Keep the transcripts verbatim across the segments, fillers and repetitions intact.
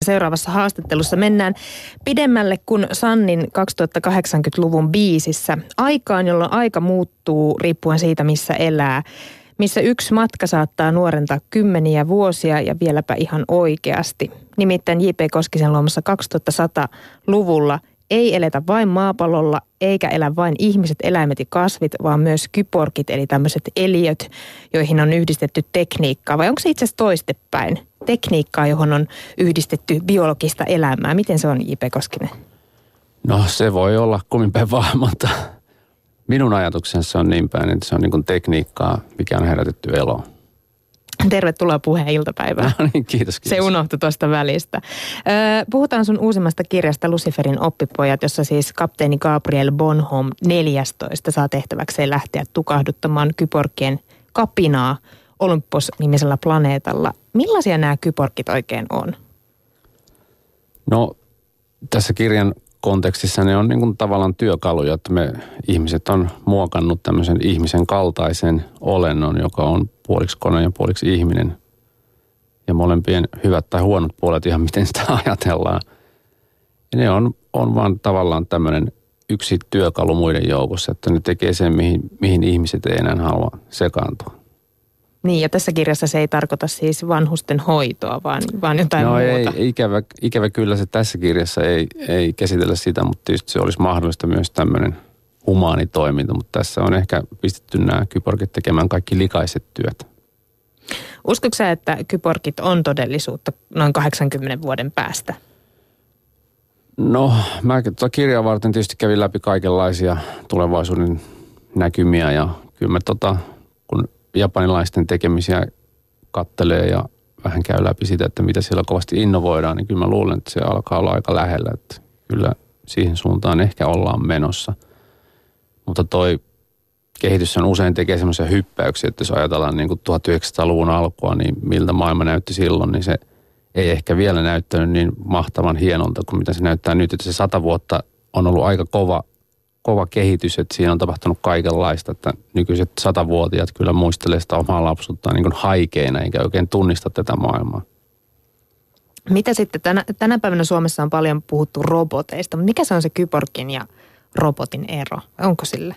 Seuraavassa haastattelussa mennään pidemmälle kuin Sannin kaksituhattakahdeksankymmentäluvun biisissä. Aikaan, jolloin aika muuttuu riippuen siitä, missä elää. Missä yksi matka saattaa nuorentaa kymmeniä vuosia ja vieläpä ihan oikeasti. Nimittäin J P Koskisen luomassa kaksituhattasataluvulla ei eletä vain maapallolla, eikä elä vain ihmiset, eläimet ja kasvit, vaan myös kyborgit, eli tämmöiset eliöt, joihin on yhdistetty tekniikkaa. Vai onko se itse asiassa toistepäin? Tekniikkaa, johon on yhdistetty biologista elämää. Miten se on, J P Koskinen? No se voi olla kummin päin vaan, mutta minun ajatuksensa on niin päin, että se on niin kuin tekniikkaa, mikä on herätetty eloon. Tervetuloa Puheen iltapäivään. No niin, kiitos, kiitos. Se unohtui tuosta välistä. Puhutaan sun uusimmasta kirjasta Luciferin oppipojat, jossa siis kapteeni Gabriel Bonhomme neljästoista saa tehtäväkseen lähteä tukahduttamaan kyborgien kapinaa Olympos-nimisellä planeetalla. Millaisia nämä kyborgit oikein on? No tässä kirjan kontekstissa ne on niin kuin tavallaan työkaluja, että me ihmiset on muokannut tämmöisen ihmisen kaltaisen olennon, joka on puoliksi kone ja puoliksi ihminen. Ja molempien hyvät tai huonot puolet ihan miten sitä ajatellaan. Ja ne on, on vaan tavallaan tämmöinen yksi työkalu muiden joukossa, että ne tekee sen, mihin, mihin ihmiset ei enää halua sekaantua. Niin, ja tässä kirjassa se ei tarkoita siis vanhusten hoitoa, vaan, vaan jotain no muuta. No ei, ikävä, ikävä kyllä se tässä kirjassa ei, ei käsitellä sitä, mutta tietysti se olisi mahdollista myös tämmöinen humaanitoiminta, mutta tässä on ehkä pistetty nämä kyborgit tekemään kaikki likaiset työt. Uskotko sä, että kyborgit on todellisuutta noin kahdeksankymmenen vuoden päästä? No, mä tuota kirjaa varten tietysti kävin läpi kaikenlaisia tulevaisuuden näkymiä ja kyllä mä tota, kun japanilaisten tekemisiä kattelee ja vähän käy läpi sitä, että mitä siellä kovasti innovoidaan, niin kyllä mä luulen, että se alkaa olla aika lähellä, että kyllä siihen suuntaan ehkä ollaan menossa. Mutta toi kehitys on usein tekee semmoisia hyppäyksiä, että jos ajatellaan niin kuin tuhatyhdeksänsataaluvun alkua, niin miltä maailma näytti silloin, niin se ei ehkä vielä näyttänyt niin mahtavan hienolta kuin mitä se näyttää nyt. Että se sata vuotta on ollut aika kova kova kehitys, että siinä on tapahtunut kaikenlaista, että nykyiset satavuotiaat kyllä muistelee sitä omaa lapsuuttaan niin kuin haikeina, eikä oikein tunnista tätä maailmaa. Mitä sitten, tänä, tänä päivänä Suomessa on paljon puhuttu roboteista, mutta mikä se on se kyborgin ja robotin ero? Onko sillä?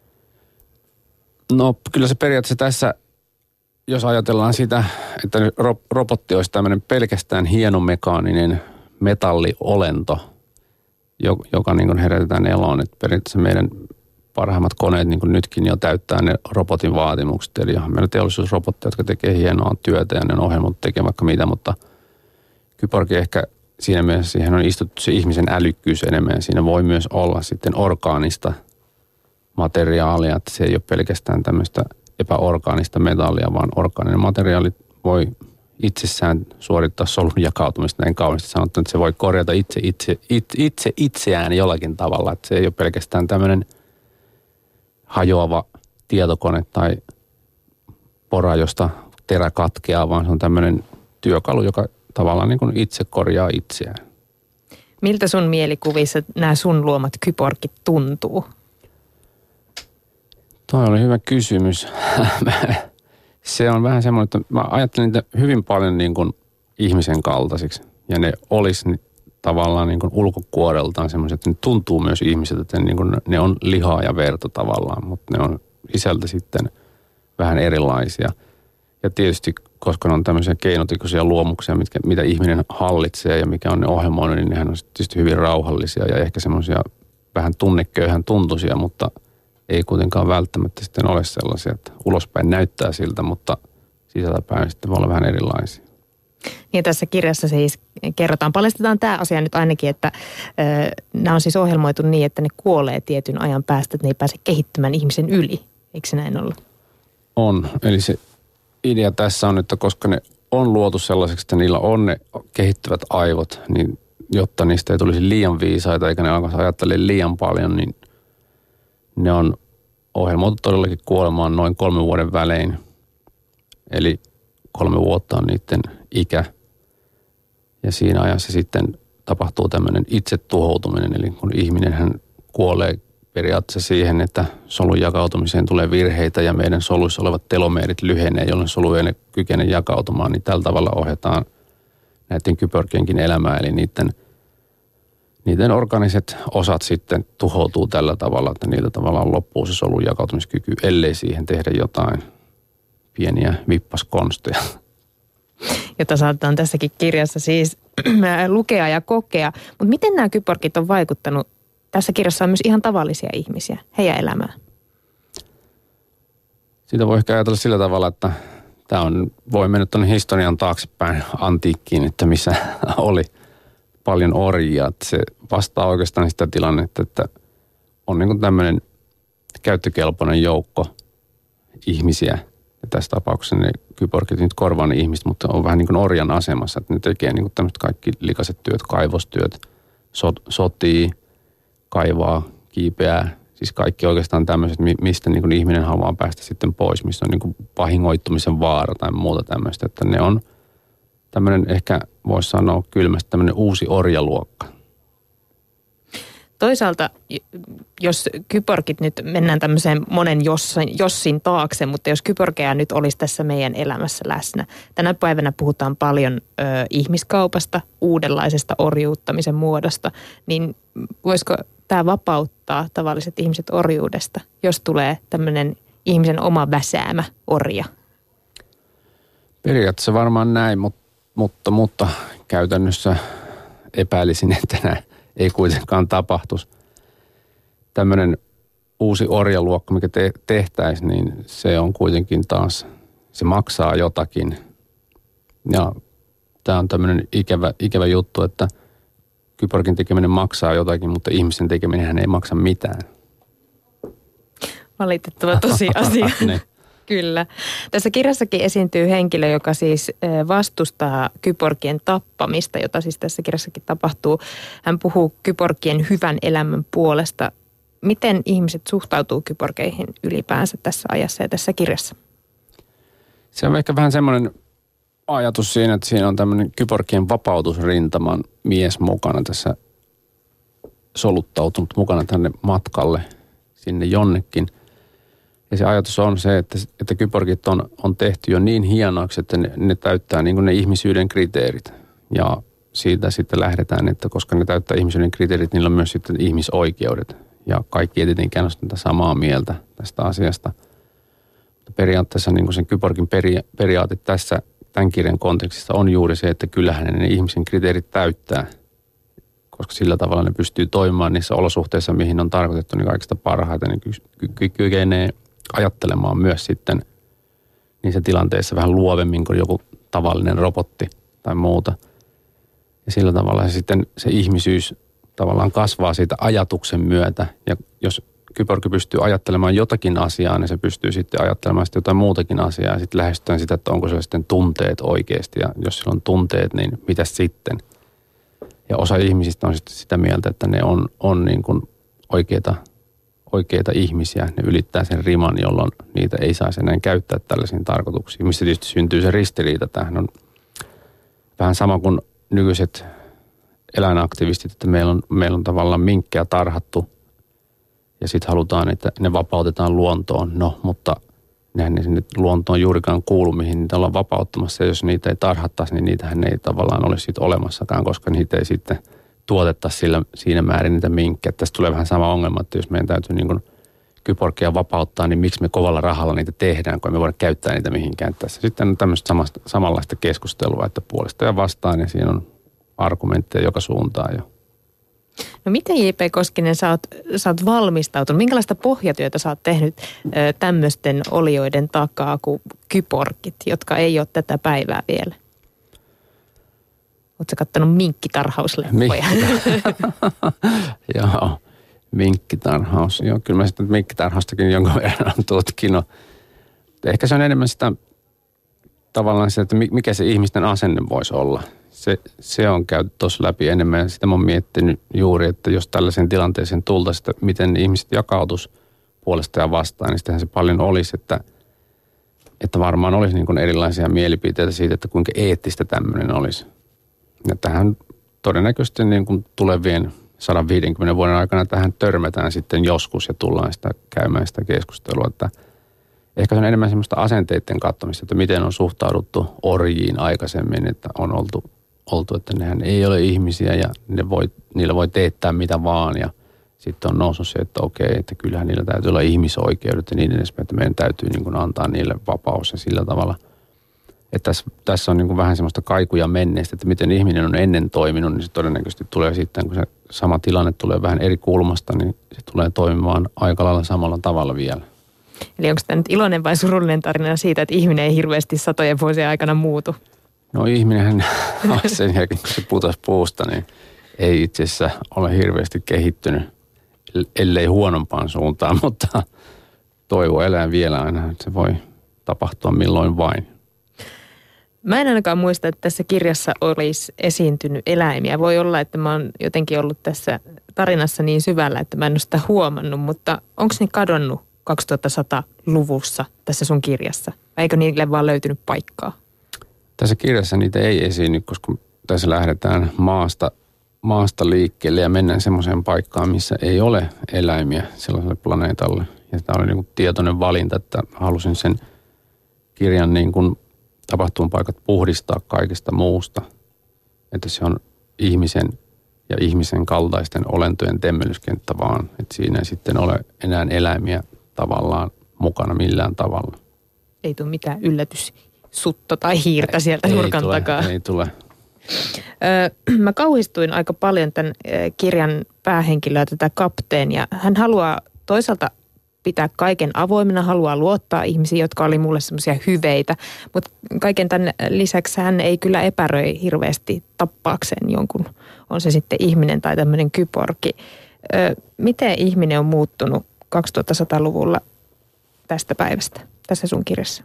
No kyllä se periaatteessa tässä, jos ajatellaan sitä, että robotti olisi tämmöinen pelkästään hienomekaaninen metalliolento, joka niin kuin herätetään eloon, että periaatteessa meidän parhaimmat koneet niin kuin nytkin jo täyttää ne robotin vaatimukset. Eli on meillä teollisuusrobotteja, jotka tekee hienoa työtä ja ne on ohjelmat tekee vaikka mitä, mutta kyborgi ehkä siinä mielessä siihen on istuttu se ihmisen älykkyys enemmän ja siinä voi myös olla sitten orgaanista materiaalia, että se ei ole pelkästään tämmöistä epäorgaanista metallia, vaan orgaaninen materiaali voi itsessään suorittaa solun jakautumista, näin kauniisti sanottu, että se voi korjata itse, itse, itse, itse itseään jollakin tavalla, että se ei ole pelkästään tämmöinen hajoava tietokone tai pora, josta terä katkeaa, vaan se on tämmöinen työkalu, joka tavallaan niin kuin itse korjaa itseään. Miltä sun mielikuvissa nämä sun luomat kyborgit tuntuu? Toi oli hyvä kysymys. Se on vähän semmoinen, että mä ajattelin niitä hyvin paljon niin kuin ihmisen kaltaisiksi. Ja ne olisi niin, tavallaan niin kuin ulkokuoreltaan semmoiset, että ne tuntuu myös ihmiset, että ne, niin kuin, ne on lihaa ja verta tavallaan, mutta ne on sisältä sitten vähän erilaisia. Ja tietysti, koska ne on tämmöisiä keinotekoisia luomuksia, mitkä, mitä ihminen hallitsee ja mikä on ne ohjelmoinut, niin nehän on tietysti hyvin rauhallisia ja ehkä semmoisia vähän tunneköyhän tuntuisia, mutta ei kuitenkaan välttämättä sitten ole sellaisia, että ulospäin näyttää siltä, mutta sisältäpäin sitten voi olla vähän erilaisia. Niin tässä kirjassa siis kerrotaan, paljastetaan tämä asia nyt ainakin, että ö, nämä on siis ohjelmoitu niin, että ne kuolee tietyn ajan päästä, että ne ei pääse kehittymään ihmisen yli. Eikö se näin ollut? On. Eli se idea tässä on, että koska ne on luotu sellaiseksi, että niillä on ne kehittyvät aivot, niin jotta niistä ei tulisi liian viisaita eikä ne alkaisi ajattelemaan liian paljon, niin ne on ohjelmoitu todellakin kuolemaan noin kolmen vuoden välein. Eli kolme vuotta on niiden ikä. Ja siinä ajassa sitten tapahtuu tämmöinen itsetuhoutuminen. Eli kun ihminen hän kuolee periaatteessa siihen, että solun jakautumiseen tulee virheitä ja meidän soluissa olevat telomeerit lyhenee, jolloin solu ei kykene jakautumaan, niin tällä tavalla ohjataan näiden kyborgienkin elämää, eli niiden, niiden organiset osat sitten tuhoutuu tällä tavalla, että niillä tavallaan loppuu se solun jakautumiskyky, ellei siihen tehdä jotain pieniä vippaskonsteja. Jota saatetaan tässäkin kirjassa siis lukea ja kokea. Mutta miten nämä kyborgit on vaikuttanut? Tässä kirjassa on myös ihan tavallisia ihmisiä, heidän elämään. Sitä voi ehkä ajatella sillä tavalla, että tämä on, voi mennä tuonne historian taaksepäin antiikkiin, että missä oli paljon orjia. Että se vastaa oikeastaan sitä tilannetta, että on niin kuin tämmöinen käyttökelpoinen joukko ihmisiä. Ja tässä tapauksessa ne kyborgit nyt korvaa ne ihmiset, mutta on vähän niin kuin orjan asemassa, että ne tekee niin kuin tämmöiset kaikki likaiset työt, kaivostyöt, sot, sotii, kaivaa, kiipeää. Siis kaikki oikeastaan tämmöiset, mistä niin kuin ihminen haluaa päästä sitten pois, missä on niin kuin vahingoittumisen vaara tai muuta tämmöistä. Että ne on tämmöinen, ehkä voisi sanoa kylmästi, tämmöinen uusi orjaluokka. Toisaalta, jos kyborgit nyt, mennään tämmöiseen monen jossin, jossin taakse, mutta jos kyborgeja nyt olisi tässä meidän elämässä läsnä. Tänä päivänä puhutaan paljon ö, ihmiskaupasta, uudenlaisesta orjuuttamisen muodosta, niin voisiko tämä vapauttaa tavalliset ihmiset orjuudesta, jos tulee tämmöinen ihmisen oma väsäämä orja? Periaatteessa varmaan näin, mutta, mutta, mutta käytännössä epäilisin, että näin ei kuitenkaan tapahtuisi. Tämmöinen uusi orjaluokka, mikä te- tehtäisiin, niin se on kuitenkin taas, se maksaa jotakin. Ja tämä on tämmöinen ikävä, ikävä juttu, että kyborgin tekeminen maksaa jotakin, mutta ihmisen tekeminen ei maksa mitään. Valitettava tosiasia. niin. Kyllä. Tässä kirjassakin esiintyy henkilö, joka siis vastustaa kyborgien tappamista, jota siis tässä kirjassakin tapahtuu. Hän puhuu kyborgien hyvän elämän puolesta. Miten ihmiset suhtautuu kyborgeihin ylipäänsä tässä ajassa ja tässä kirjassa? Se on ehkä vähän semmoinen ajatus siinä, että siinä on tämmöinen kyborgien vapautusrintaman mies mukana tässä, soluttautunut mukana tänne matkalle sinne jonnekin. Ja se ajatus on se, että, että kyborgit on, on tehty jo niin hienoiksi, että ne, ne täyttää niin kuin ne ihmisyyden kriteerit. Ja siitä sitten lähdetään, että koska ne täyttää ihmisyyden kriteerit, niillä on myös sitten ihmisoikeudet. Ja kaikki ei tietenkään ole sitä samaa mieltä tästä asiasta. Mutta periaatteessa niin kuin sen kyborgin peria- periaate tässä tämän kirjan kontekstissa on juuri se, että kyllähän ne ihmisen kriteerit täyttää. Koska sillä tavalla ne pystyy toimimaan niissä olosuhteissa, mihin on tarkoitettu, niin kaikista parhaiten. Ne ky- ky- kykenee ajattelemaan myös sitten niissä tilanteissa vähän luovemmin kuin joku tavallinen robotti tai muuta. Ja sillä tavalla se sitten se ihmisyys tavallaan kasvaa siitä ajatuksen myötä. Ja jos kyborgi pystyy ajattelemaan jotakin asiaa, niin se pystyy sitten ajattelemaan sitten jotain muutakin asiaa. Ja sitten lähestytään sitä, että onko se sitten tunteet oikeasti. Ja jos sillä on tunteet, niin mitä sitten? Ja osa ihmisistä on sitten sitä mieltä, että ne on, on niin kuin oikeita, oikeita ihmisiä. Ne ylittää sen riman, jolloin niitä ei saisi enää käyttää tällaisiin tarkoituksiin. Mistä tietysti syntyy se ristiriita. Tämähän on vähän sama kuin nykyiset eläinaktivistit, että meillä on, meillä on tavallaan minkkejä tarhattu ja sitten halutaan, että ne vapautetaan luontoon. No, mutta nehän ne sinne luontoon juurikaan kuulu, mihin niitä ollaan vapauttamassa. Ja jos niitä ei tarhattaisi, niin niitähän ei tavallaan olisi sitten olemassakaan, koska niitä ei sitten tuotettaisi sillä, siinä määrin niitä minkkejä. Tästä tulee vähän sama ongelma, että jos meidän täytyy niin kuin kyborgia vapauttaa, niin miksi me kovalla rahalla niitä tehdään, kun me voidaan käyttää niitä mihinkään tässä. Sitten on tämmöistä samasta, samanlaista keskustelua, että puolesta ja vastaan, ja siinä on argumentteja joka suuntaan jo. No miten J P Koskinen, sä oot, sä oot valmistautunut? Minkälaista pohjatyötä sä oot tehnyt ö, tämmöisten olioiden takaa kuin kyborgit, jotka ei ole tätä päivää vielä? Ootko sä kattanut minkkitarhausleffoja? Joo, minkkitarhaus. Joo, kyllä mä sitten minkkitarhaustakin jonkun verran on tutkinut. Ehkä se on enemmän sitä tavallaan sitä, että mikä se ihmisten asenne voisi olla. Se, se on käyty tuossa läpi enemmän ja sitä mä oon miettinyt juuri, että jos tällaisen tilanteeseen tultaisiin, että miten ihmiset jakautus puolesta ja vastaan, niin sitähän se paljon olisi, että, että varmaan olisi niin kuin erilaisia mielipiteitä siitä, että kuinka eettistä tämmöinen olisi. Ja tähän todennäköisesti niin kuin tulevien sata viisikymmentä vuoden aikana tähän törmätään sitten joskus ja tullaan sitä käymään sitä keskustelua, että ehkä se on enemmän semmoista asenteiden katsomista, että miten on suhtauduttu orjiin aikaisemmin, että on oltu oltu, että nehän ei ole ihmisiä ja ne voi, niillä voi teettää mitä vaan. Ja sitten on noussut se, että okei, että kyllähän niillä täytyy olla ihmisoikeudet ja niin edespäin, että meidän täytyy niin kuin antaa niille vapaus ja sillä tavalla. Että tässä, tässä on niin kuin vähän semmoista kaikuja menneestä, että miten ihminen on ennen toiminut, niin se todennäköisesti tulee sitten, kun se sama tilanne tulee vähän eri kulmasta, niin se tulee toimimaan aika lailla samalla tavalla vielä. Eli onko tämä nyt iloinen vai surullinen tarina siitä, että ihminen ei hirveästi satojen vuosien aikana muutu? No ihminenhän sen jälkeen, kun se putosi puusta, niin ei itse asiassa ole hirveästi kehittynyt, ellei huonompaan suuntaan, mutta toivo elää vielä aina, että se voi tapahtua milloin vain. Mä en ainakaan muista, että tässä kirjassa olisi esiintynyt eläimiä. Voi olla, että mä oon jotenkin ollut tässä tarinassa niin syvällä, että mä en ole sitä huomannut, mutta onko ne kadonnut kaksituhattasata-luvussa tässä sun kirjassa? Vai eikö niille vaan löytynyt paikkaa? Tässä kirjassa niitä ei esiinny, koska tässä lähdetään maasta, maasta liikkeelle ja mennään semmoiseen paikkaan, missä ei ole eläimiä sellaiselle planeetalle. Ja tämä oli niin kuin tietoinen valinta, että halusin sen kirjan niin kuin tapahtumapaikat puhdistaa kaikesta muusta. Että se on ihmisen ja ihmisen kaltaisten olentojen temmelyskenttä vaan. Että siinä ei sitten ole enää eläimiä tavallaan mukana millään tavalla. Ei tule mitään yllätyssutta tai hiirtä sieltä ei nurkan tule, takaa. Ei tule. Öö, mä kauhistuin aika paljon tämän kirjan päähenkilöä, tätä kapteenia. Hän haluaa toisaalta pitää kaiken avoimena, haluaa luottaa ihmisiin, jotka oli mulle semmoisia hyveitä. Mutta kaiken tämän lisäksi hän ei kyllä epäröi hirveästi tappaakseen jonkun, on se sitten ihminen tai tämmöinen kyborgi. Öö, miten ihminen on muuttunut kaksituhattasata-luvulla tästä päivästä, tässä sun kirjassa?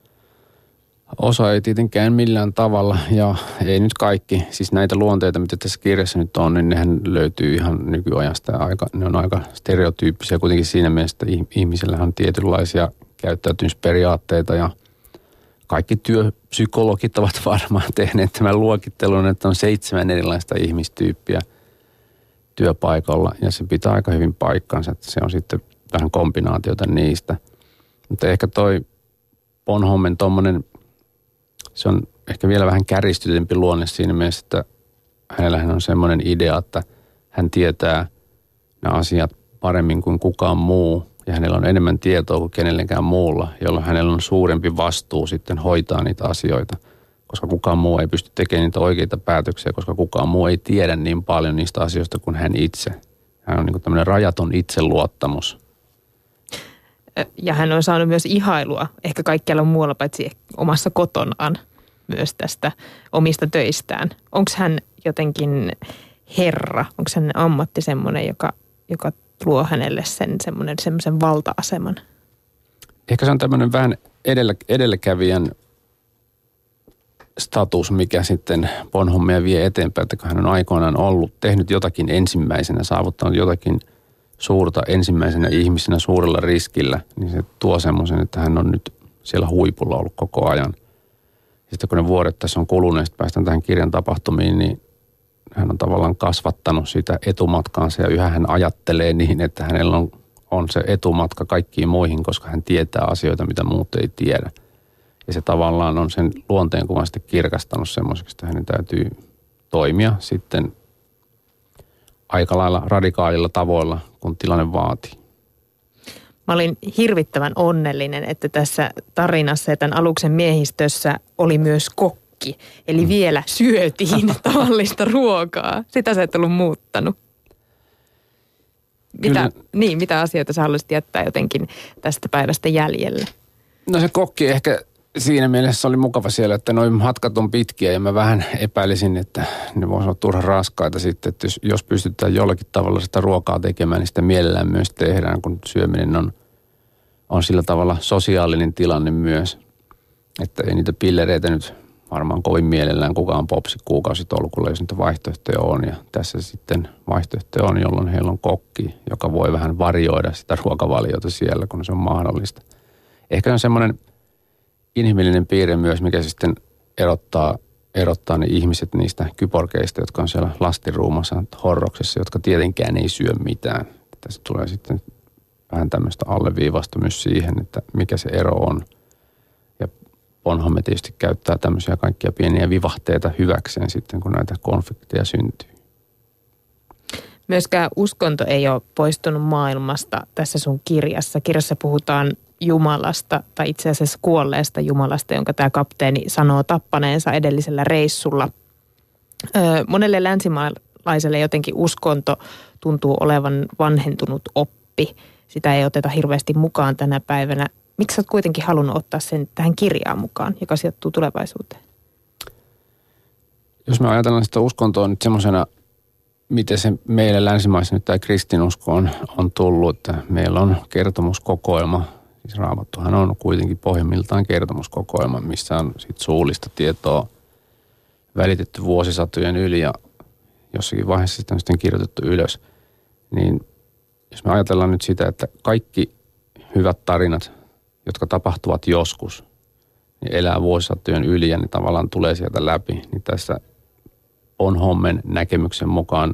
Osa ei tietenkään millään tavalla ja ei nyt kaikki. Siis näitä luonteita, mitä tässä kirjassa nyt on, niin nehän löytyy ihan nykyajasta ja aika, ne on aika stereotyyppisiä kuitenkin siinä mielessä, että ihmisillähän on tietynlaisia käyttäytymisperiaatteita ja kaikki työpsykologit ovat varmaan tehneet tämän luokittelun, että on seitsemän erilaista ihmistyyppiä työpaikalla ja se pitää aika hyvin paikkansa, että se on sitten vähän kombinaatiota niistä. Mutta ehkä toi Bonhommen tommonen, se on ehkä vielä vähän kärjistytempi luonne siinä mielessä, että hänellähän on semmoinen idea, että hän tietää nämä asiat paremmin kuin kukaan muu ja hänellä on enemmän tietoa kuin kenellekään muulla, jolloin hänellä on suurempi vastuu sitten hoitaa niitä asioita, koska kukaan muu ei pysty tekemään niitä oikeita päätöksiä, koska kukaan muu ei tiedä niin paljon niistä asioista kuin hän itse. Hän on niin kuin tämmöinen rajaton itseluottamus. Ja hän on saanut myös ihailua, ehkä kaikkialla muualla paitsi omassa kotonaan myös tästä omista töistään. Onko hän jotenkin herra, onko hän ammatti semmoinen, joka, joka luo hänelle sen semmoinen, semmoisen valta-aseman? Ehkä se on tämmöinen vähän edellä, edelläkävijän status, mikä sitten Bonhommia vie eteenpäin, että kun hän on aikoinaan ollut, tehnyt jotakin ensimmäisenä, saavuttanut jotakin suurta ensimmäisenä ihmisenä suurella riskillä, niin se tuo semmoisen, että hän on nyt siellä huipulla ollut koko ajan. Ja sitten kun ne vuodet tässä on kuluneet, sitten päästään tähän kirjan tapahtumiin, niin hän on tavallaan kasvattanut sitä etumatkaansa ja yhä hän ajattelee niin, että hänellä on, on se etumatka kaikkiin muihin, koska hän tietää asioita, mitä muut ei tiedä. Ja se tavallaan on sen luonteenkuvan sitten kirkastanut semmoiseksi, että hänen täytyy toimia sitten aika lailla radikaalilla tavoilla, kun tilanne vaatii. Mä olin hirvittävän onnellinen, että tässä tarinassa ja tämän aluksen miehistössä oli myös kokki. Eli mm. vielä syötiin tavallista ruokaa. Sitä sä et ollut muuttanut. Mitä, niin, mitä asioita sä haluaisit jättää jotenkin tästä päivästä jäljelle? No se kokki ehkä siinä mielessä oli mukava siellä, että noin matkat on pitkiä ja mä vähän epäilisin, että ne voisivat olla turhan raskaita sitten, että jos, jos pystytään jollakin tavalla sitä ruokaa tekemään, niin sitä mielellään myös tehdään, kun syöminen on, on sillä tavalla sosiaalinen tilanne myös, että ei niitä pillereitä nyt varmaan kovin mielellään kukaan popsi kuukausitolkulla, jos niitä vaihtoehtoja on ja tässä sitten vaihtoehtoja on, jolloin heillä on kokki, joka voi vähän varjoida sitä ruokavaliota siellä, kun se on mahdollista. Ehkä on semmoinen inhimillinen piirre myös, mikä sitten erottaa, erottaa ne ihmiset niistä kyborgeista, jotka on siellä lastiruumassa horroksessa, jotka tietenkään ei syö mitään. Tässä tulee sitten vähän tämmöistä alleviivasta myös siihen, että mikä se ero on. Ja Bonhomme tietysti käyttää tämmöisiä kaikkia pieniä vivahteita hyväkseen sitten, kun näitä konflikteja syntyy. Myöskään uskonto ei ole poistunut maailmasta tässä sun kirjassa. Kirjassa puhutaan Jumalasta tai itse asiassa kuolleesta Jumalasta, jonka tämä kapteeni sanoo tappaneensa edellisellä reissulla. Öö, monelle länsimaalaiselle jotenkin uskonto tuntuu olevan vanhentunut oppi. Sitä ei oteta hirveästi mukaan tänä päivänä. Miksi sä oot kuitenkin halunnut ottaa sen tähän kirjaan mukaan, joka sijoittuu tulevaisuuteen? Jos me ajatellaan sitä uskontoa nyt semmoisena, miten se meille länsimaissa nyt tämä kristinusko on, on tullut, että meillä on kertomuskokoelma. Siis Raamattuhan on kuitenkin pohjimmiltaan kertomuskokoelma, missä on sit suullista tietoa välitetty vuosisatojen yli ja jossakin vaiheessa sitä on sitten kirjoitettu ylös. Niin jos me ajatellaan nyt sitä, että kaikki hyvät tarinat, jotka tapahtuvat joskus, niin elää vuosisatojen yli ja ne tavallaan tulee sieltä läpi, niin tässä Bonhommen näkemyksen mukaan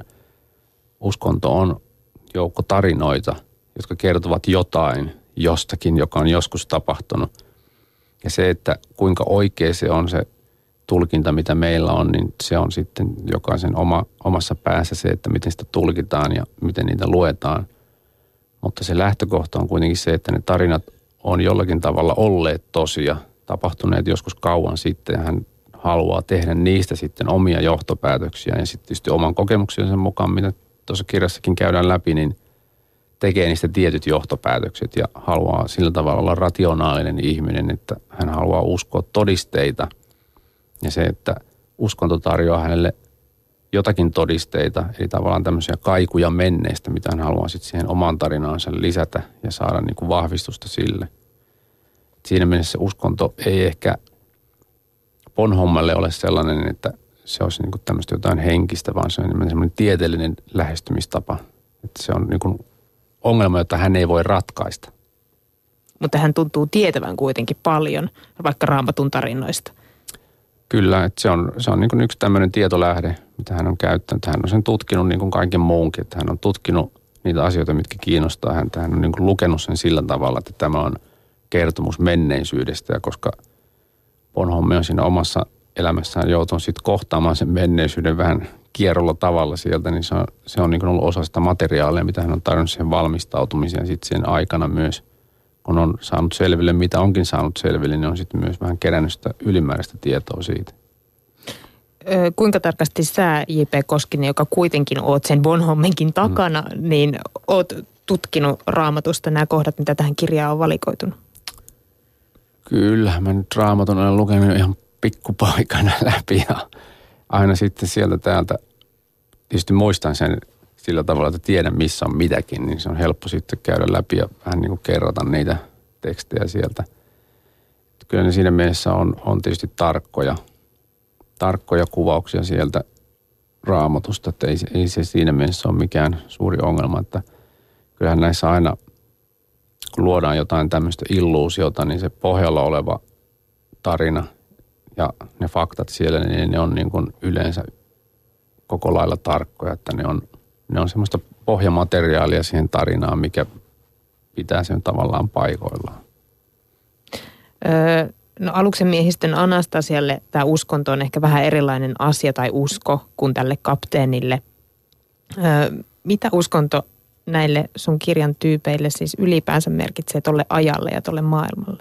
uskonto on joukko tarinoita, jotka kertovat jotain jostakin, joka on joskus tapahtunut. Ja se, että kuinka oikea se on se tulkinta, mitä meillä on, niin se on sitten jokaisen oma, omassa päässä se, että miten sitä tulkitaan ja miten niitä luetaan. Mutta se lähtökohta on kuitenkin se, että ne tarinat on jollakin tavalla olleet tosia, tapahtuneet joskus kauan sitten ja hän haluaa tehdä niistä sitten omia johtopäätöksiä ja sitten tietysti oman kokemuksensa mukaan, mitä tuossa kirjassakin käydään läpi, niin tekee niistä tietyt johtopäätökset ja haluaa sillä tavalla olla rationaalinen ihminen, että hän haluaa uskoa todisteita ja se, että uskonto tarjoaa hänelle jotakin todisteita, eli tavallaan tämmöisiä kaikuja menneistä, mitä hän haluaa sitten siihen omaan tarinaansa lisätä ja saada niin kuin vahvistusta sille. Siinä mielessä uskonto ei ehkä Bonhommelle ole sellainen, että se olisi niin kuin tämmöistä jotain henkistä, vaan se on semmoinen tieteellinen lähestymistapa. Että se on niin kuin ongelma, jota hän ei voi ratkaista. Mutta hän tuntuu tietävän kuitenkin paljon, vaikka Raamatun tarinoista. Kyllä, että se on, se on niin kuin yksi tämmöinen tietolähde, mitä hän on käyttänyt. Hän on sen tutkinut niin kuin kaiken muunkin, että hän on tutkinut niitä asioita, mitkä kiinnostaa häntä. Hän on niin kuin lukenut sen sillä tavalla, että tämä on kertomus menneisyydestä, ja koska Bonhomme on siinä omassa elämässään joutunut sitten kohtaamaan sen menneisyyden vähän kierrolla tavalla sieltä, niin se on, se on niin kuin ollut osa sitä materiaalia, mitä hän on tarjonnut siihen valmistautumiseen sitten sen aikana myös. Kun on saanut selville, mitä onkin saanut selville, niin on sitten myös vähän kerännyt sitä ylimääräistä tietoa siitä. Öö, kuinka tarkasti sä, J P Koskinen, joka kuitenkin oot sen Bonhommenkin takana, mm. niin oot tutkinut Raamatusta nämä kohdat, mitä tähän kirjaan on valikoitunut? Kyllä, mä nyt Raamatun olen lukenut ihan pikkupaikana läpi ja aina sitten sieltä täältä tietysti muistan sen sillä tavalla, että tiedän missä on mitäkin, niin se on helppo sitten käydä läpi ja vähän niin kuin kerrata niitä tekstejä sieltä. Kyllä ne siinä mielessä on, on tietysti tarkkoja, tarkkoja kuvauksia sieltä Raamatusta, että ei, ei se siinä mielessä ole mikään suuri ongelma, että kyllähän näissä aina, kun luodaan jotain tämmöistä illuusiota, niin se pohjalla oleva tarina ja ne faktat siellä, niin ne on niin kuin yleensä koko lailla tarkkoja, että ne on, ne on semmoista pohjamateriaalia siihen tarinaan, mikä pitää sen tavallaan paikoillaan. Öö, no aluksen miehistön Anastasialle tämä uskonto on ehkä vähän erilainen asia tai usko kuin tälle kapteenille. Öö, mitä uskonto näille sun kirjan tyypeille siis ylipäänsä merkitsee tolle ajalle ja tolle maailmalle?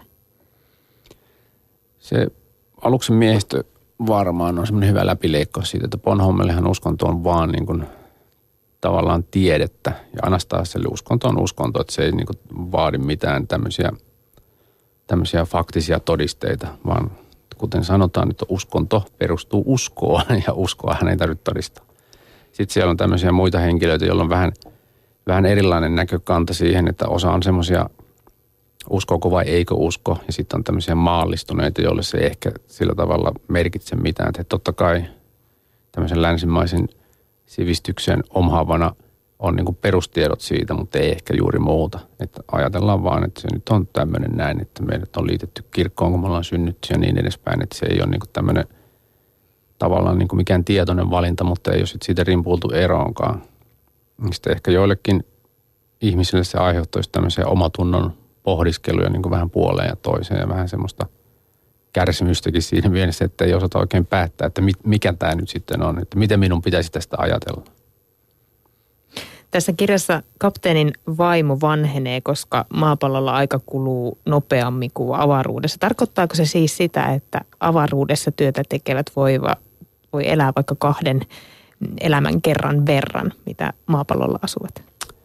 Se aluksen miehistö varmaan on semmoinen hyvä läpileikkaus siitä, että Bonhommellehan uskonto on vaan niin kuin tavallaan tiedettä ja Anastasialle uskonto on uskonto, että se ei niin kuin vaadi mitään tämmöisiä, tämmöisiä faktisia todisteita, vaan kuten sanotaan, että uskonto perustuu uskoon ja uskoahan ei tarvitse todistaa. Sitten siellä on tämmöisiä muita henkilöitä, joilla on vähän, vähän erilainen näkökanta siihen, että osa on semmoisia uskoako vai eikö usko, ja sitten on tämmöisiä maallistuneita, joille se ei ehkä sillä tavalla merkitse mitään. Että totta kai tämmöisen länsimaisen sivistyksen omhaavana on niin kuin perustiedot siitä, mutta ei ehkä juuri muuta. Että ajatellaan vaan, että se nyt on tämmöinen näin, että meidät on liitetty kirkkoon, kun me ollaan synnytty ja niin edespäin. Että se ei ole niin kuin tämmöinen tavallaan niin kuin mikään tietoinen valinta, mutta ei ole sitten siitä rimpuiltu eroonkaan. Sitten ehkä joillekin ihmisille se aiheuttaisi tämmöisiä omatunnon pohdiskeluja niin kuin vähän puoleen ja toiseen ja vähän semmoista kärsimystäkin siinä mielessä, että ei osata oikein päättää, että mikä tämä nyt sitten on, että miten minun pitäisi tästä ajatella. Tässä kirjassa kapteenin vaimo vanhenee, koska maapallolla aika kuluu nopeammin kuin avaruudessa. Tarkoittaako se siis sitä, että avaruudessa työtä tekevät voi, voi elää vaikka kahden elämän kerran verran, mitä maapallolla asuvat?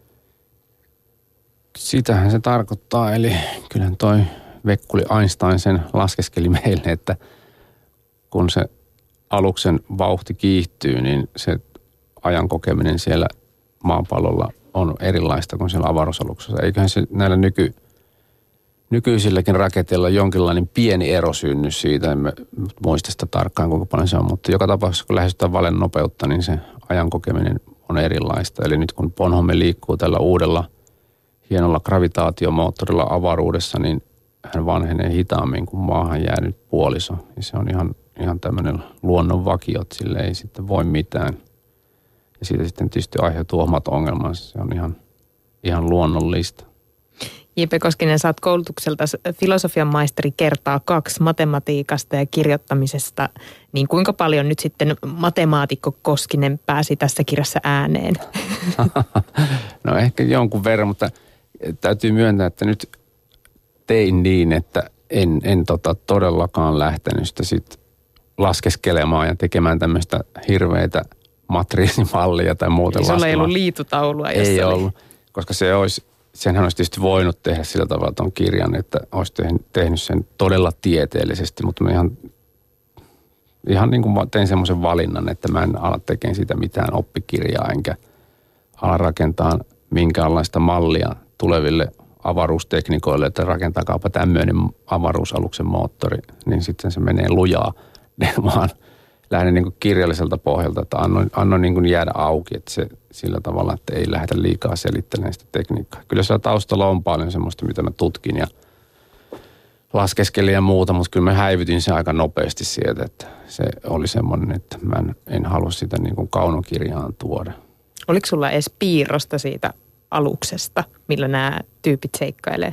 Sitähän se tarkoittaa, eli kyllähän toi Vekkuli Einstein sen laskeskeli meille, että kun se aluksen vauhti kiihtyy, niin se ajan kokeminen siellä maapallolla on erilaista kuin siellä avaruusaluksessa. Eiköhän se näillä nyky, nykyisilläkin raketeilla jonkinlainen pieni ero synny siitä. En muista sitä tarkkaan, kuinka paljon se on, mutta joka tapauksessa, kun lähestytään valen nopeutta, niin se ajan kokeminen on erilaista. Eli nyt kun Bonhomme liikkuu tällä uudella hienolla gravitaatiomoottorilla avaruudessa, niin hän vanhenee hitaammin kuin maahan jäänyt puoliso. Ja se on ihan, ihan tämmöinen luonnon vakio, että sille ei sitten voi mitään. Ja siitä sitten tietysti aiheutuu omat ongelmansa. Se on ihan, ihan luonnollista. J P Koskinen, sä oot koulutukselta filosofian maisteri kertaa kaksi matematiikasta ja kirjoittamisesta. Niin kuinka paljon nyt sitten matemaatikko Koskinen pääsi tässä kirjassa ääneen? No ehkä jonkun verran, mutta täytyy myöntää, että nyt tein niin, että en, en tota todellakaan lähtenyt sitä sit laskeskelemaan ja tekemään tämmöistä hirveitä matriisimallia tai muuten laskemaan. Ei ollut laskemaan. liitutaulua, jos Ei oli. ollut, koska se olisi, senhän olisi tietysti voinut tehdä sillä tavalla ton kirjan, että olisi tehnyt sen todella tieteellisesti, mutta mä ihan, ihan niin kuin tein semmoisen valinnan, että mä en ala tekemään siitä mitään oppikirjaa, enkä ala rakentaa minkäänlaista mallia tuleville avaruusteknikoille, että rakentakaapa tämmöinen avaruusaluksen moottori, niin sitten se menee lujaa. Vaan lähden niin kuin kirjalliselta pohjalta, että annoin, annoin niin kuin jäädä auki, että se sillä tavalla, että ei lähdetä liikaa selittelemään sitä tekniikkaa. Kyllä siellä taustalla on paljon semmoista, mitä mä tutkin ja laskeskelin ja muuta, mutta kyllä mä häivytin sen aika nopeasti sieltä, että se oli semmoinen, että mä en, en halua sitä niin kuin kaunokirjaan tuoda. Oliko sulla edes piirrosta siitä aluksesta, millä nämä tyypit seikkailee?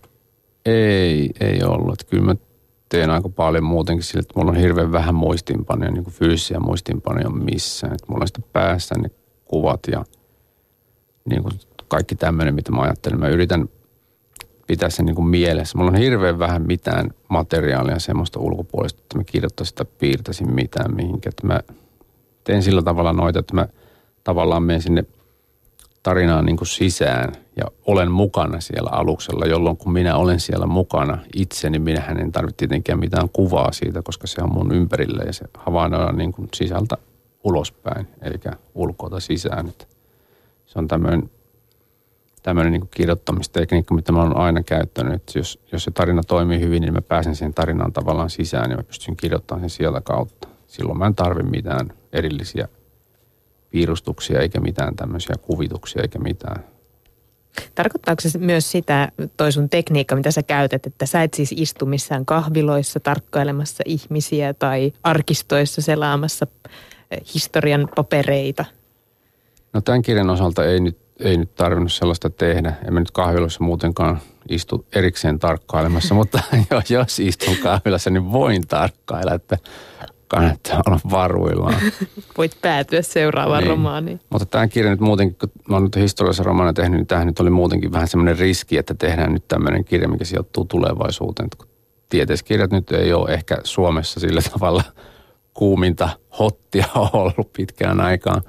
Ei, ei ollut. Että kyllä mä teen aika paljon muutenkin sille, että mulla on hirveän vähän muistiinpanoja, niin kuin fyysisiä muistiinpanoja missään. Että mulla on sitten päässä ne kuvat ja niin kuin kaikki tämmöinen, mitä mä ajattelen. Mä yritän pitää sen niin kuin mielessä. Mulla on hirveän vähän mitään materiaalia semmoista ulkopuolista, että mä kirjoittaisin tai piirtäisin mitään mihinkään. Että mä teen sillä tavalla noita, että mä tavallaan menen sinne tarinaan niin kuin sisään ja olen mukana siellä aluksella, jolloin kun minä olen siellä mukana itse, niin minähän en tarvitse tietenkään mitään kuvaa siitä, koska se on mun ympärillä ja se havainnoidaan niin kuin sisältä ulospäin, eikä ulkoota sisään. Että se on tämmöinen, tämmöinen niin kuin kirjoittamistekniikka, mitä mä olen aina käyttänyt, että jos, jos se tarina toimii hyvin, niin mä pääsen siihen tarinaan tavallaan sisään ja mä pystyn kirjoittamaan sen sieltä kautta. Silloin mä en tarvitse mitään erillisiä piirustuksia eikä mitään tämmöisiä kuvituksia eikä mitään. Tarkoittaako se myös sitä, toi sun tekniikka, mitä sä käytät, että sä et siis istu missään kahviloissa tarkkailemassa ihmisiä tai arkistoissa selaamassa historian papereita? No tämän kirjan osalta ei nyt, ei nyt tarvinnut sellaista tehdä. En mä nyt kahviloissa muutenkaan istu erikseen tarkkailemassa, mutta jos istun kahvilassa, niin voin tarkkailla, että kannattaa olla varuillaan. Voit päätyä seuraavaan niin. romaaniin. Mutta tämä kirja nyt muutenkin, kun mä oon nyt historiallisen romaanin tehnyt, niin tämähän nyt oli muutenkin vähän semmoinen riski, että tehdään nyt tämmöinen kirja, mikä sijoittuu tulevaisuuteen. Tieteiskirjat nyt ei ole ehkä Suomessa sillä tavalla kuuminta hottia ollut pitkään aikaan.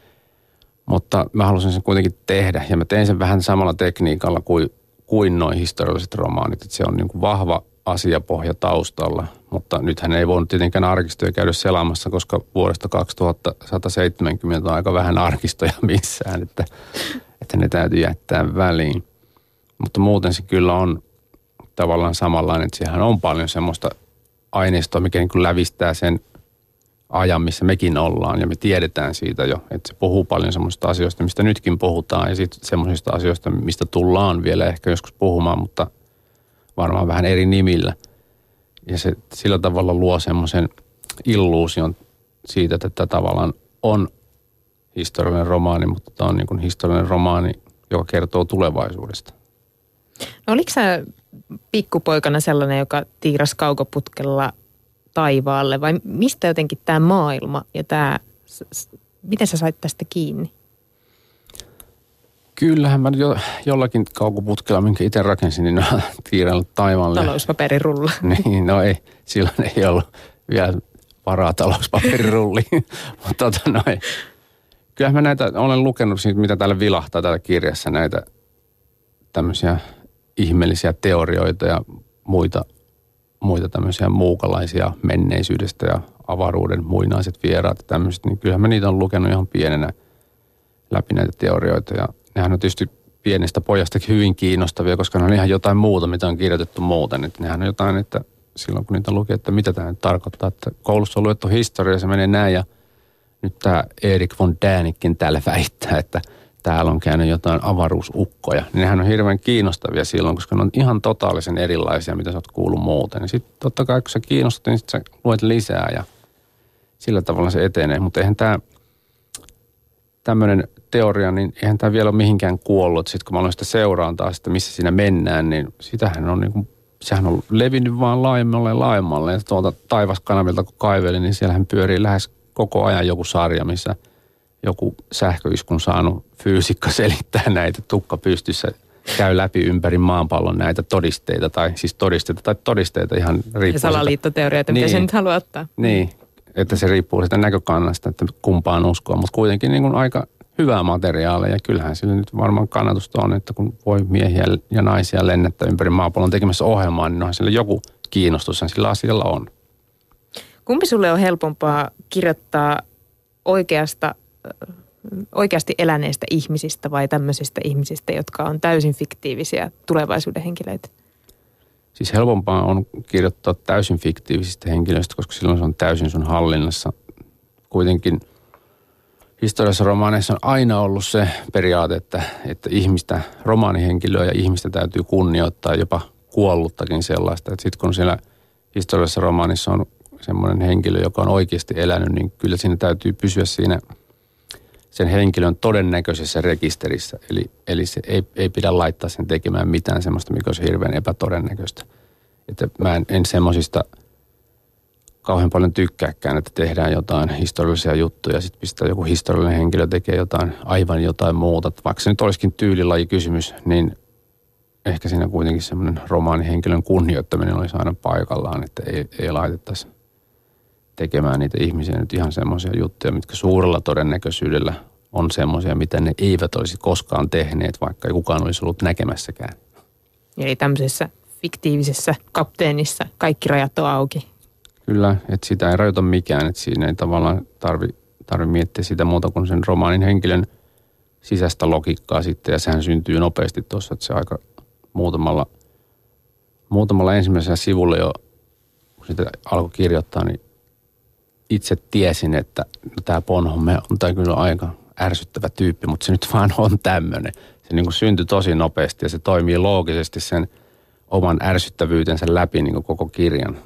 Mutta mä halusin sen kuitenkin tehdä ja mä tein sen vähän samalla tekniikalla kuin, kuin noi historialliset romaanit. Että se on niin kuin vahva asiapohja taustalla, mutta nythän ei voinut tietenkään arkistoja käydä selaamassa, koska vuodesta kaksituhattasataseitsemänkymmentä on aika vähän arkistoja missään, että, että ne täytyy jättää väliin. Mutta muuten se kyllä on tavallaan samanlainen, että siihen on paljon semmoista aineistoa, mikä niin kuin lävistää sen ajan, missä mekin ollaan ja me tiedetään siitä jo, että se puhuu paljon semmoisista asioista, mistä nytkin puhutaan ja sitten semmoisista asioista, mistä tullaan vielä ehkä joskus puhumaan, mutta varmaan vähän eri nimillä. Ja se sillä tavalla luo semmoisen illuusion siitä, että tämä tavallaan on historiallinen romaani, mutta tämä on niin kuin historiallinen romaani, joka kertoo tulevaisuudesta. No oliko sä pikkupoikana sellainen, joka tiirasi kaukoputkella taivaalle, vai mistä jotenkin tämä maailma ja tämä, miten sä sait tästä kiinni? Kyllähän mä jo, jollakin kaukoputkella, minkä itse rakensin, niin on tiirannut taivaalle. Talouspaperirulli. Niin, no ei, silloin ei ollut vielä varaa talouspaperirulliin, mutta tota noin. Kyllähän mä näitä, olen lukenut siitä, mitä täällä vilahtaa täällä kirjassa, näitä tämmöisiä ihmeellisiä teorioita ja muita, muita tämmöisiä muukalaisia menneisyydestä ja avaruuden muinaiset vieraat ja tämmöiset, niin kyllähän mä niitä on lukenut ihan pienenä läpi näitä teorioita ja nehän on tietysti pienestä pojastakin hyvin kiinnostavia, koska ne on ihan jotain muuta, mitä on kirjoitettu muuten. Että nehän on jotain, että silloin kun niitä luki, että mitä tämä nyt tarkoittaa, että koulussa on luettu historia ja se menee näin ja nyt tämä Erik von Däniken täällä väittää, että täällä on käynyt jotain avaruusukkoja. Niin nehän on hirveän kiinnostavia silloin, koska ne on ihan totaalisen erilaisia, mitä sä oot kuullut muuten. Ja sitten totta kai, kun sä kiinnostat, niin sit sä luet lisää ja sillä tavalla se etenee. Mutta eihän tämä tämmöinen teoria, niin eihän tämä vielä ole mihinkään kuollut. Sitten kun mä aloin sitä seuraan taas, että missä siinä mennään, niin sitähän on niin kuin, sehän on levinnyt vaan laajemmalle ja laajemmalle. Ja tuolta taivaskanavilta kun kaivelin, niin siellähän pyörii lähes koko ajan joku sarja, missä joku sähköiskun saanut fyysikko selittää näitä tukka pystyssä, käy läpi ympäri maapallon näitä todisteita, tai siis todisteita tai todisteita ihan riippuu. Ja salaliittoteorioita, niin, mitä se nyt haluaa ottaa. Niin, että se riippuu sitä näkökannasta, että kumpaan uskoa, mutta kuitenkin niin kuin aika hyvää materiaalia, ja kyllähän sillä nyt varmaan kannatusta on, että kun voi miehiä ja naisia lennättää ympäri maapallon tekemässä ohjelmaa, niin onhan sillä joku kiinnostus sillä asialla on. Kumpi sulle on helpompaa kirjoittaa oikeasta, oikeasti eläneistä ihmisistä vai tämmöisistä ihmisistä, jotka on täysin fiktiivisiä tulevaisuuden henkilöitä? Siis helpompaa on kirjoittaa täysin fiktiivisistä henkilöistä, koska silloin se on täysin sun hallinnassa. Kuitenkin historiassa romaaneissa on aina ollut se periaate, että, että ihmistä, romaanihenkilöä ja ihmistä täytyy kunnioittaa, jopa kuolluttakin sellaista. Sitten kun siellä historiassa romaanissa on semmoinen henkilö, joka on oikeasti elänyt, niin kyllä siinä täytyy pysyä siinä sen henkilön todennäköisessä rekisterissä. Eli, eli se ei, ei pidä laittaa sen tekemään mitään semmoista, mikä olisi hirveän epätodennäköistä. Että mä en, en semmoisista kauhean paljon tykkääkään, että tehdään jotain historiallisia juttuja ja sitten pistää joku historiallinen henkilö tekee jotain, aivan jotain muuta. Vaikka se nyt olisikin tyylilajikysymys, niin ehkä siinä kuitenkin semmoinen romaanihenkilön kunnioittaminen olisi aina paikallaan, että ei, ei laitettaisi tekemään niitä ihmisiä nyt ihan semmoisia juttuja, mitkä suurella todennäköisyydellä on semmoisia, mitä ne eivät olisi koskaan tehneet, vaikka ei kukaan olisi ollut näkemässäkään. Eli tämmöisessä fiktiivisessä kapteenissa kaikki rajat on auki. Kyllä, että sitä ei rajoita mikään, että siinä ei tavallaan tarvi, tarvi miettiä sitä muuta kuin sen romaanin henkilön sisäistä logiikkaa sitten, ja sehän syntyy nopeasti tuossa, että se aika muutamalla, muutamalla ensimmäisellä sivulla jo, kun sitä alkoi kirjoittaa, niin itse tiesin, että no, tämä Bonhomme on tämä kyllä aika ärsyttävä tyyppi, mutta se nyt vaan on tämmöinen. Se niin kuin syntyi tosi nopeasti ja se toimii loogisesti sen oman ärsyttävyytensä läpi niin kuin koko kirjan.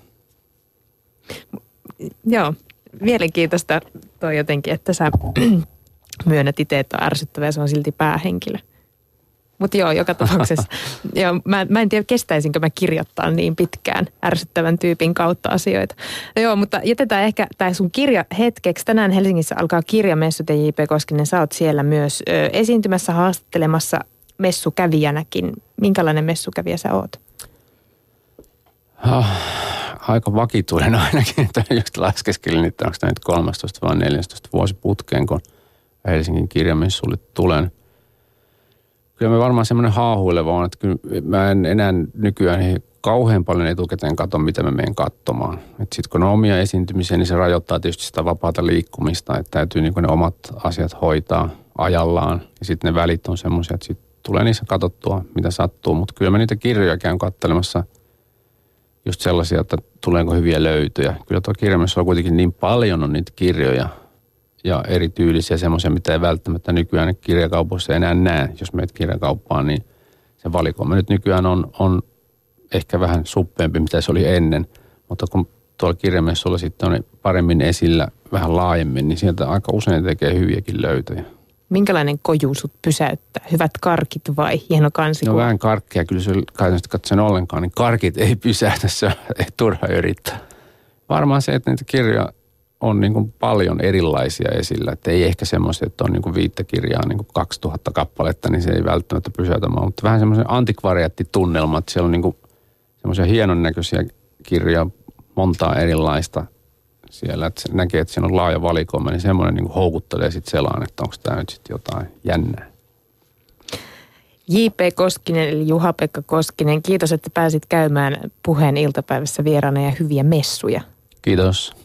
Joo, mielenkiintoista toi jotenkin, että sä myönnät itse, että on ärsyttävä ja se on silti päähenkilö. Mutta joo, joka tapauksessa. joo, mä, mä en tiedä, kestäisinkö mä kirjoittaa niin pitkään ärsyttävän tyypin kautta asioita. No joo, mutta jätetään ehkä tämä sun kirja hetkeksi. Tänään Helsingissä alkaa kirjamessut ja J P Koskinen, sä oot siellä myös ö, esiintymässä, haastattelemassa messukävijänäkin. Minkälainen messukävijä sä oot? Oh, aika vakituinen ainakin, että just laskeskelin, että onko tämä nyt kolmastoista vai neljästoista vuosi putkeen, kun Helsingin kirjamessulle tulen. Kyllä me varmaan semmoinen haahuileva on, että kyllä mä en enää nykyään kauhean paljon etukäteen katso, mitä mä menen katsomaan. Että sitten kun on omia esiintymisiä, niin se rajoittaa tietysti sitä vapaata liikkumista, että täytyy niin kuin ne omat asiat hoitaa ajallaan. Ja sitten ne välit on semmoisia, että sitten tulee niissä katsottua, mitä sattuu. Mutta kyllä mä niitä kirjoja käyn katselemassa just sellaisia, että tuleeko hyviä löytöjä. Kyllä tuo kirjamessa on kuitenkin niin paljon on niitä kirjoja. Ja erityylisiä semmoisia, mitä ei välttämättä nykyään kirjakaupoissa enää näe. Jos meet kirjakauppaan, niin se valikoima nyt nykyään on, on ehkä vähän suppeampi, mitä se oli ennen. Mutta kun tuolla kirjamessuilla sitten on paremmin esillä vähän laajemmin, niin sieltä aika usein tekee hyviäkin löytöjä. Minkälainen koju sut pysäyttää? Hyvät karkit vai hieno kansikuva? No vähän karkkia, kyllä se kai katsoen ollenkaan, niin karkit ei pysäytä, se on ei turha yrittää. Varmaan se, että niitä kirjoja on niin kuin paljon erilaisia esillä, että ei ehkä semmoisia, että on niin kuin viittä kirjaa, niin kuin kaksituhatta kappaletta, niin se ei välttämättä pysäytä mua, mutta vähän semmoisen antikvariattitunnelma, että siellä on niin kuin semmoisia hienon näköisiä kirjoja, montaa erilaista siellä, että se näkee, että siinä on laaja valikoima, niin semmoinen niin kuin houkuttelee sitten selaan, että onko tämä nyt sitten jotain jännää. J P Koskinen eli Juha-Pekka Koskinen, kiitos, että pääsit käymään Puheen iltapäivässä vieraana ja hyviä messuja. Kiitos.